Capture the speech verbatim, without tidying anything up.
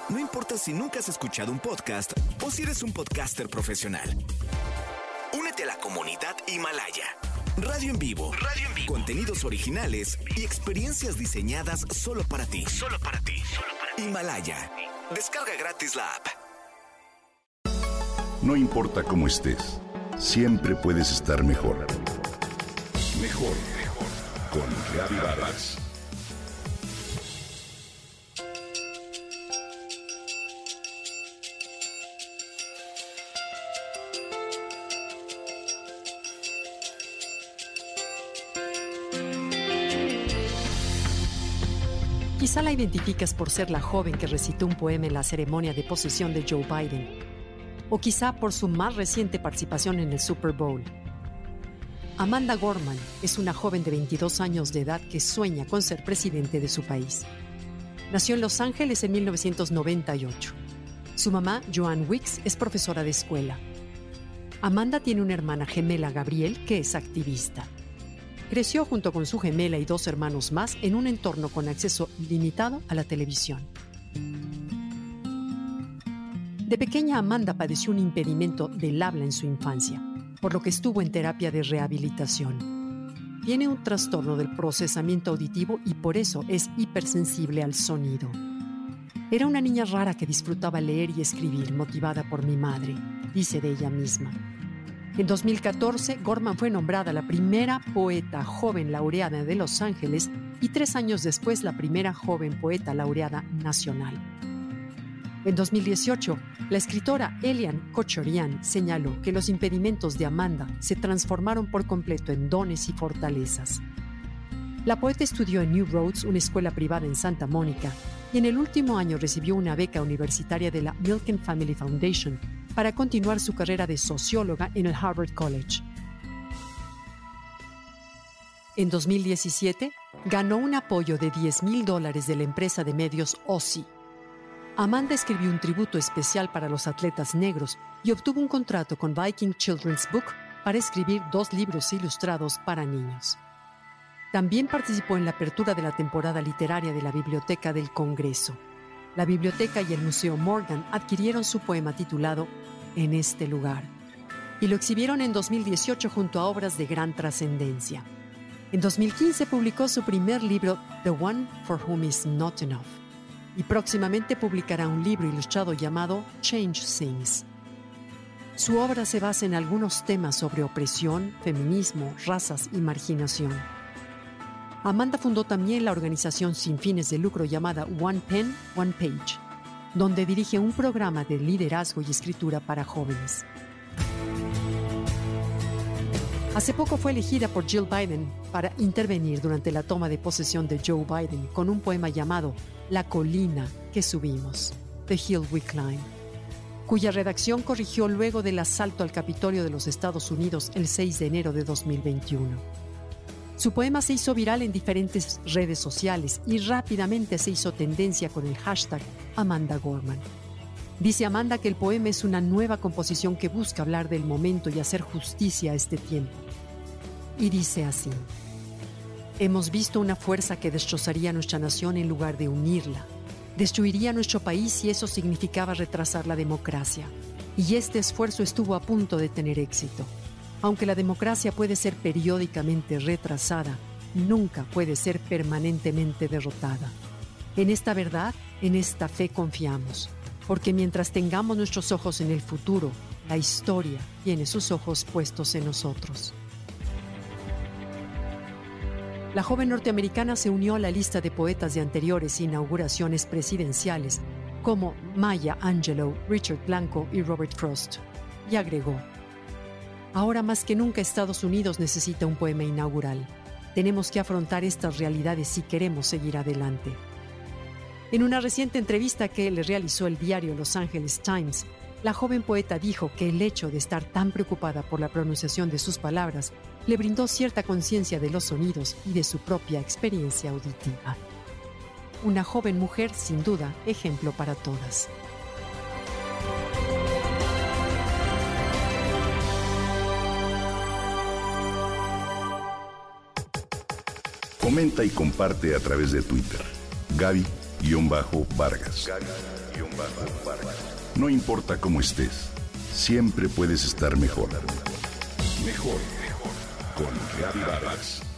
No importa si nunca has escuchado un podcast o si eres un podcaster profesional. Únete a la comunidad Himalaya. Radio en vivo. Radio en vivo. Contenidos originales y experiencias diseñadas solo para ti. Solo para ti. Solo para ti. Himalaya. Descarga gratis la app. No importa cómo estés, siempre puedes estar mejor. Mejor, mejor. Con Gaby Vargas. Quizá la identificas por ser la joven que recitó un poema en la ceremonia de posesión de Joe Biden, o quizá por su más reciente participación en el Super Bowl. Amanda Gorman es una joven de veintidós años de edad que sueña con ser presidente de su país. Nació en Los Ángeles en mil novecientos noventa y ocho. Su mamá, Joanne Wicks, es profesora de escuela. Amanda tiene una hermana gemela, Gabrielle, que es activista. Creció junto con su gemela y dos hermanos más en un entorno con acceso limitado a la televisión. De pequeña, Amanda padeció un impedimento del habla en su infancia, por lo que estuvo en terapia de rehabilitación. Tiene un trastorno del procesamiento auditivo y por eso es hipersensible al sonido. Era una niña rara que disfrutaba leer y escribir, motivada por mi madre, dice de ella misma. En dos mil catorce, Gorman fue nombrada la primera poeta joven laureada de Los Ángeles y tres años después la primera joven poeta laureada nacional. En dos mil dieciocho, la escritora Eliane Kochorian señaló que los impedimentos de Amanda se transformaron por completo en dones y fortalezas. La poeta estudió en New Roads, una escuela privada en Santa Mónica, y en el último año recibió una beca universitaria de la Milk and Family Foundation para continuar su carrera de socióloga en el Harvard College. En dos mil diecisiete, ganó un apoyo de diez mil dólares de la empresa de medios O S I. Amanda escribió un tributo especial para los atletas negros y obtuvo un contrato con Viking Children's Book para escribir dos libros ilustrados para niños. También participó en la apertura de la temporada literaria de la Biblioteca del Congreso. La biblioteca y el Museo Morgan adquirieron su poema titulado En este lugar y lo exhibieron en dos mil dieciocho junto a obras de gran trascendencia. En dos mil quince publicó su primer libro, The One for Whom Is Not Enough, y próximamente publicará un libro ilustrado llamado Change Things. Su obra se basa en algunos temas sobre opresión, feminismo, razas y marginación. Amanda fundó también la organización sin fines de lucro llamada One Pen, One Page, donde dirige un programa de liderazgo y escritura para jóvenes. Hace poco fue elegida por Jill Biden para intervenir durante la toma de posesión de Joe Biden con un poema llamado La colina que subimos, The Hill We Climb, cuya redacción corrigió luego del asalto al Capitolio de los Estados Unidos el seis de enero de dos mil veintiuno. Su poema se hizo viral en diferentes redes sociales y rápidamente se hizo tendencia con el hashtag Amanda Gorman. Dice Amanda que el poema es una nueva composición que busca hablar del momento y hacer justicia a este tiempo. Y dice así: hemos visto una fuerza que destrozaría nuestra nación en lugar de unirla. Destruiría nuestro país y eso significaba retrasar la democracia. Y este esfuerzo estuvo a punto de tener éxito. Aunque la democracia puede ser periódicamente retrasada, nunca puede ser permanentemente derrotada. En esta verdad, en esta fe confiamos, porque mientras tengamos nuestros ojos en el futuro, la historia tiene sus ojos puestos en nosotros. La joven norteamericana se unió a la lista de poetas de anteriores inauguraciones presidenciales, como Maya Angelou, Richard Blanco y Robert Frost, y agregó: ahora más que nunca Estados Unidos necesita un poema inaugural. Tenemos que afrontar estas realidades si queremos seguir adelante. En una reciente entrevista que le realizó el diario Los Angeles Times, la joven poeta dijo que el hecho de estar tan preocupada por la pronunciación de sus palabras le brindó cierta conciencia de los sonidos y de su propia experiencia auditiva. Una joven mujer, sin duda, ejemplo para todas. Comenta y comparte a través de Twitter. Gaby Gaby-Vargas. No importa cómo estés, siempre puedes estar mejor. Mejor, mejor. Con Gaby Vargas.